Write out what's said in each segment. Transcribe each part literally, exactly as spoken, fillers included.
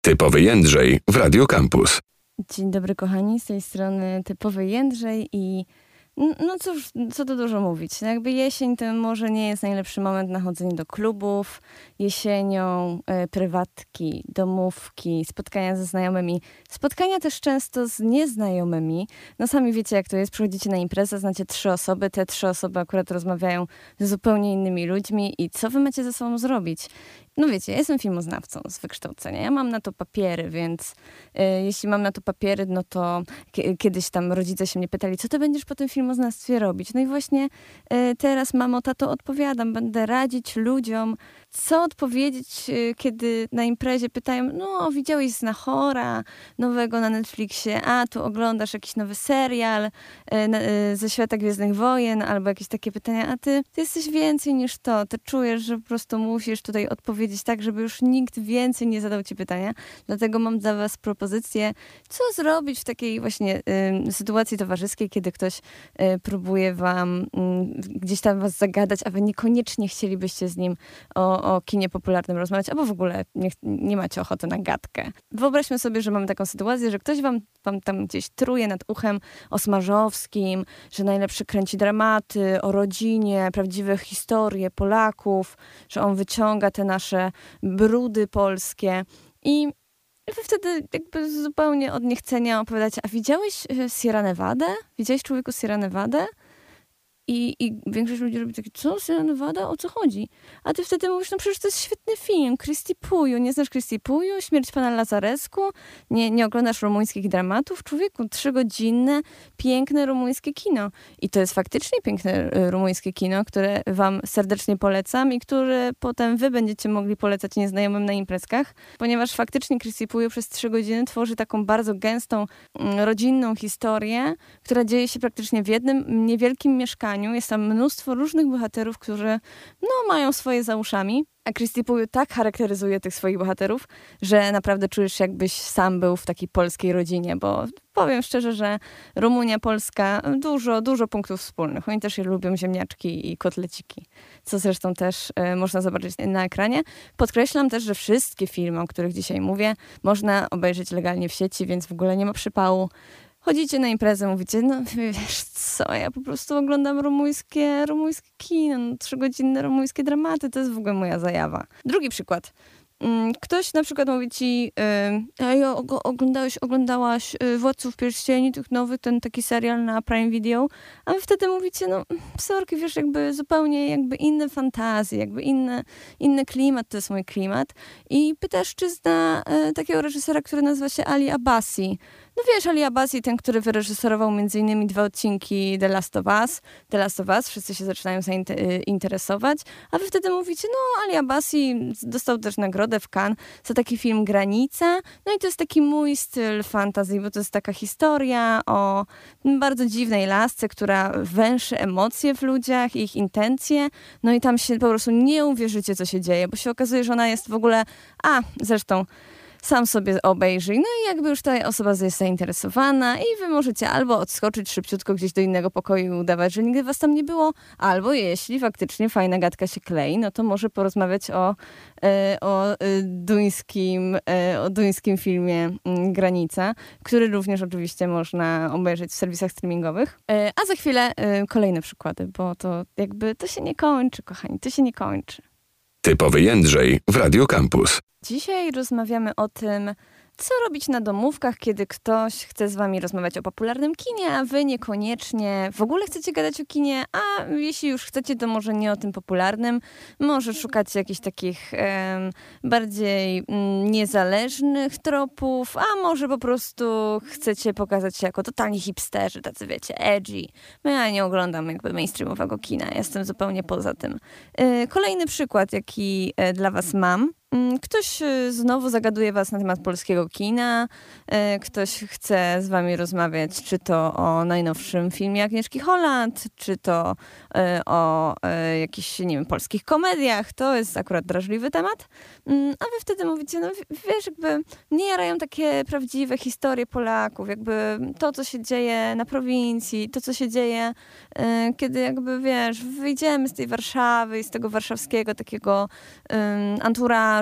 Typowy Jędrzej w Radio Campus. Dzień dobry kochani, z tej strony Typowy Jędrzej i no cóż, co tu dużo mówić. No jakby jesień to może nie jest najlepszy moment na chodzenie do klubów. Jesienią y, prywatki, domówki, spotkania ze znajomymi. Spotkania też często z nieznajomymi. No sami wiecie jak to jest, przychodzicie na imprezę, znacie trzy osoby, te trzy osoby akurat rozmawiają z zupełnie innymi ludźmi i co wy macie ze sobą zrobić? No wiecie, ja jestem filmoznawcą z wykształcenia. Ja mam na to papiery, więc y, jeśli mam na to papiery, no to k- kiedyś tam rodzice się mnie pytali, co ty będziesz po tym filmoznawstwie robić? No i właśnie y, teraz, mamo, tato, odpowiadam. Będę radzić ludziom, co odpowiedzieć, y, kiedy na imprezie pytają, no widziałeś Znachora nowego na Netflixie, a tu oglądasz jakiś nowy serial y, y, ze świata Gwiezdnych Wojen, albo jakieś takie pytania, a ty, ty jesteś więcej niż to. Ty czujesz, że po prostu musisz tutaj odpowiedzieć tak, żeby już nikt więcej nie zadał ci pytania. Dlatego mam dla was propozycję, co zrobić w takiej właśnie y, sytuacji towarzyskiej, kiedy ktoś y, próbuje wam y, gdzieś tam was zagadać, a wy niekoniecznie chcielibyście z nim o, o kinie popularnym rozmawiać, albo w ogóle nie, nie macie ochoty na gadkę. Wyobraźmy sobie, że mamy taką sytuację, że ktoś wam, wam tam gdzieś truje nad uchem o Smarzowskim, że najlepszy kręci dramaty, o rodzinie, prawdziwe historie Polaków, że on wyciąga te nasze brudy polskie i wy wtedy jakby zupełnie od niechcenia opowiadacie, a widziałeś Sierra Nevada? Widziałeś Człowieku Sierra Nevada? I, I większość ludzi robi takie, co? Sierra Nevada? O co chodzi? A ty wtedy mówisz, no przecież to jest świetny film, Christy Puju. Nie znasz Christy Puju? Śmierć pana Lazarescu? Nie, nie oglądasz rumuńskich dramatów? Człowieku, trzygodzinne, piękne rumuńskie kino. I to jest faktycznie piękne rumuńskie kino, które wam serdecznie polecam i które potem wy będziecie mogli polecać nieznajomym na imprezkach, ponieważ faktycznie Christy Puju przez trzy godziny tworzy taką bardzo gęstą, rodzinną historię, która dzieje się praktycznie w jednym niewielkim mieszkaniu. Jest tam mnóstwo różnych bohaterów, którzy no, mają swoje za uszami. A Christy Puju tak charakteryzuje tych swoich bohaterów, że naprawdę czujesz się jakbyś sam był w takiej polskiej rodzinie, bo powiem szczerze, że Rumunia, Polska, dużo, dużo punktów wspólnych. Oni też lubią ziemniaczki i kotleciki, co zresztą też y, można zobaczyć na ekranie. Podkreślam też, że wszystkie filmy, o których dzisiaj mówię, można obejrzeć legalnie w sieci, więc w ogóle nie ma przypału. Chodzicie na imprezę, mówicie, no wiesz co, ja po prostu oglądam rumuńskie, rumuńskie kino, no, trzygodzinne rumuńskie dramaty, to jest w ogóle moja zajawa. Drugi przykład. Ktoś na przykład mówi ci, ej, oglądałeś, oglądałaś Władców Pierścieni, tych nowych, ten taki serial na Prime Video, a wy wtedy mówicie, no sorki, wiesz, jakby zupełnie jakby inne fantazje, jakby inny, inny klimat, to jest mój klimat. I pytasz, czy zna e, takiego reżysera, który nazywa się Ali Abbasi. No wiesz, Ali Abbasi, ten, który wyreżyserował między innymi dwa odcinki The Last of Us. The Last of Us, wszyscy się zaczynają zainteresować, a wy wtedy mówicie, no Ali Abbasi dostał też nagrodę w Cannes za taki film Granica. No i to jest taki mój styl fantasy, bo to jest taka historia o bardzo dziwnej lasce, która węszy emocje w ludziach, ich intencje. No i tam się po prostu nie uwierzycie, co się dzieje, bo się okazuje, że ona jest w ogóle... A, zresztą... Sam sobie obejrzyj. No i jakby już ta osoba jest zainteresowana i wy możecie albo odskoczyć szybciutko gdzieś do innego pokoju i udawać, że nigdy was tam nie było, albo jeśli faktycznie fajna gadka się klei, no to może porozmawiać o, e, o, e, duńskim, e, o duńskim filmie m, Granica, który również oczywiście można obejrzeć w serwisach streamingowych. E, a za chwilę e, kolejne przykłady, bo to jakby to się nie kończy, kochani, to się nie kończy. Typowy Jędrzej w Radio Campus. Dzisiaj rozmawiamy o tym, co robić na domówkach, kiedy ktoś chce z wami rozmawiać o popularnym kinie, a wy niekoniecznie w ogóle chcecie gadać o kinie, a jeśli już chcecie, to może nie o tym popularnym, może szukacie jakichś takich um, bardziej um, niezależnych tropów, a może po prostu chcecie pokazać się jako totalni hipsterzy, tacy wiecie, edgy. No ja nie oglądam jakby mainstreamowego kina, jestem zupełnie poza tym. Yy, kolejny przykład, jaki yy, dla was mam. Ktoś znowu zagaduje was na temat polskiego kina, ktoś chce z wami rozmawiać, czy to o najnowszym filmie Agnieszki Holland, czy to o jakichś, nie wiem, polskich komediach. To jest akurat drażliwy temat. A wy wtedy mówicie, no wiesz, jakby mnie jarają takie prawdziwe historie Polaków, jakby to, co się dzieje na prowincji, to, co się dzieje, kiedy jakby, wiesz, wyjdziemy z tej Warszawy i z tego warszawskiego takiego um, anturażu,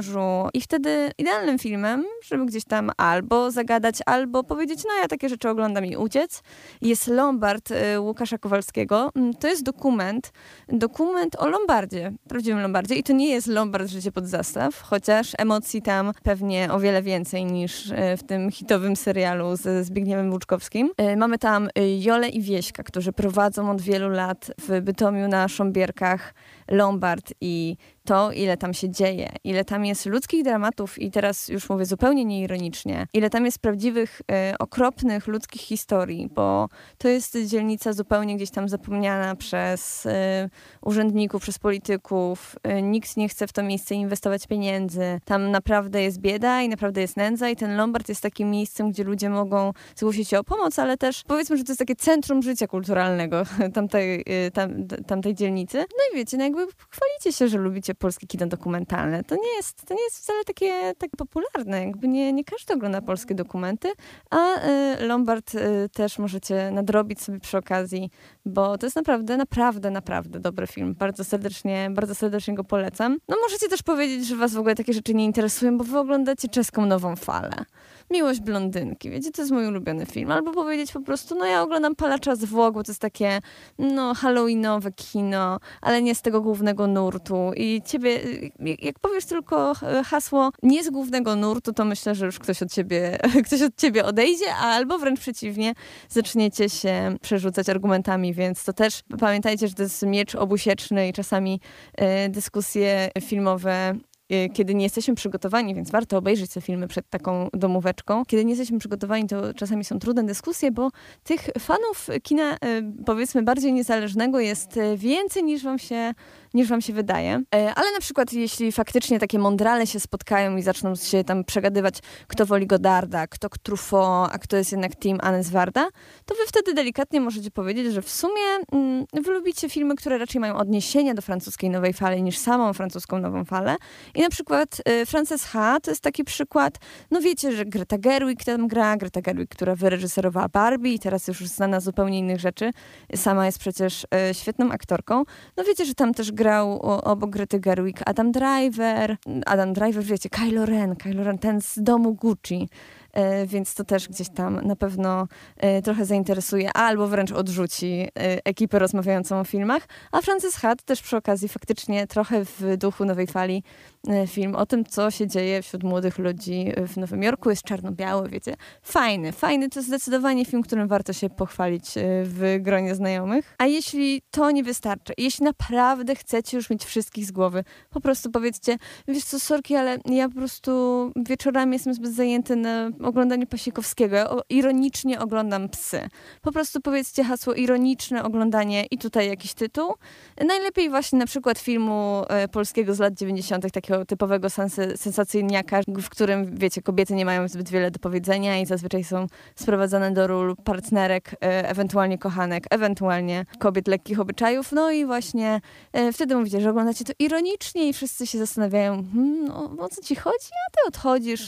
garażu i wtedy idealnym filmem, żeby gdzieś tam albo zagadać, albo powiedzieć, no ja takie rzeczy oglądam i uciec, jest Lombard y, Łukasza Kowalskiego. To jest dokument, dokument o Lombardzie, prawdziwym Lombardzie i to nie jest Lombard Życie pod zastaw, chociaż emocji tam pewnie o wiele więcej niż y, w tym hitowym serialu ze Zbigniewem Łuczkowskim. Y, mamy tam y, Jolę i Wieśka, którzy prowadzą od wielu lat w Bytomiu na Sząbierkach Lombard i to, ile tam się dzieje, ile tam jest ludzkich dramatów i teraz już mówię zupełnie nieironicznie, ile tam jest prawdziwych, e, okropnych ludzkich historii, bo to jest dzielnica zupełnie gdzieś tam zapomniana przez e, urzędników, przez polityków. E, nikt nie chce w to miejsce inwestować pieniędzy. Tam naprawdę jest bieda i naprawdę jest nędza i ten Lombard jest takim miejscem, gdzie ludzie mogą zgłosić się o pomoc, ale też powiedzmy, że to jest takie centrum życia kulturalnego tamtej, e, tam, tamtej dzielnicy. No i wiecie, no jakby chwalicie się, że lubicie polskie kino dokumentalne. To nie jest, to nie jest wcale takie, takie popularne. Jakby nie, nie każdy ogląda polskie dokumenty, a y, Lombard y, też możecie nadrobić sobie przy okazji, bo to jest naprawdę, naprawdę, naprawdę dobry film. Bardzo serdecznie, bardzo serdecznie go polecam. No możecie też powiedzieć, że was w ogóle takie rzeczy nie interesują, bo wy oglądacie czeską Nową Falę. Miłość blondynki, wiecie, to jest mój ulubiony film. Albo powiedzieć po prostu, no ja oglądam Palacza z Włoch, bo to jest takie, no, halloweenowe kino, ale nie z tego głównego nurtu. I ciebie, jak powiesz tylko hasło nie z głównego nurtu, to myślę, że już ktoś od ciebie, ktoś od ciebie odejdzie, albo wręcz przeciwnie, zaczniecie się przerzucać argumentami, więc to też pamiętajcie, że to jest miecz obusieczny i czasami y, dyskusje filmowe, kiedy nie jesteśmy przygotowani, więc warto obejrzeć te filmy przed taką domóweczką. Kiedy nie jesteśmy przygotowani, to czasami są trudne dyskusje, bo tych fanów kina, powiedzmy, bardziej niezależnego jest więcej niż wam się, niż wam się wydaje. Ale na przykład, jeśli faktycznie takie mądrale się spotkają i zaczną się tam przegadywać, kto woli Godarda, kto Truffaut, a kto jest jednak team Anne Zwarda, to wy wtedy delikatnie możecie powiedzieć, że w sumie mm, wy lubicie filmy, które raczej mają odniesienia do francuskiej nowej fali niż samą francuską nową falę. I na przykład y, Frances Ha to jest taki przykład, no wiecie, że Greta Gerwig tam gra, Greta Gerwig, która wyreżyserowała Barbie i teraz już znana z zupełnie innych rzeczy. Sama jest przecież y, świetną aktorką. No wiecie, że tam też grał o, obok Grety Gerwig Adam Driver, Adam Driver, wiecie, Kylo Ren, Kylo Ren, ten z domu Gucci. E, więc to też gdzieś tam na pewno e, trochę zainteresuje, albo wręcz odrzuci e, ekipę rozmawiającą o filmach. A Frances Ha też przy okazji faktycznie trochę w duchu nowej fali e, film o tym, co się dzieje wśród młodych ludzi w Nowym Jorku. Jest czarno-biały, wiecie. Fajny, fajny. To jest zdecydowanie film, którym warto się pochwalić e, w gronie znajomych. A jeśli to nie wystarczy, jeśli naprawdę chcecie już mieć wszystkich z głowy, po prostu powiedzcie, wiesz co, sorki, ale ja po prostu wieczorami jestem zbyt zajęty na oglądaniu Pasikowskiego. Ja ironicznie oglądam Psy. Po prostu powiedzcie hasło ironiczne oglądanie i tutaj jakiś tytuł. Najlepiej właśnie na przykład filmu e, polskiego z lat dziewięćdziesiątych, takiego typowego sens- sensacyjniaka, w którym, wiecie, kobiety nie mają zbyt wiele do powiedzenia i zazwyczaj są sprowadzane do ról partnerek, e, ewentualnie kochanek, ewentualnie kobiet lekkich obyczajów. No i właśnie e, wtedy mówicie, że oglądacie to ironicznie i wszyscy się zastanawiają, hmm, no, o co ci chodzi? A ty odchodzisz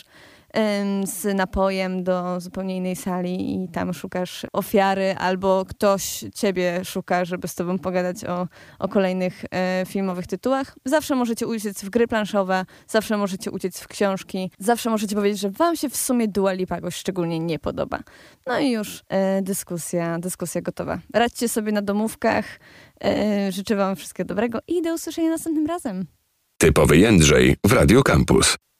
z napojem do zupełnie innej sali i tam szukasz ofiary, albo ktoś ciebie szuka, żeby z tobą pogadać o, o kolejnych e, filmowych tytułach. Zawsze możecie uciec w gry planszowe, zawsze możecie uciec w książki, zawsze możecie powiedzieć, że wam się w sumie Dua Lipa jakoś szczególnie nie podoba. No i już e, dyskusja, dyskusja gotowa. Radźcie sobie na domówkach, e, życzę wam wszystkiego dobrego i do usłyszenia następnym razem. Typowy Jędrzej w Radio Campus.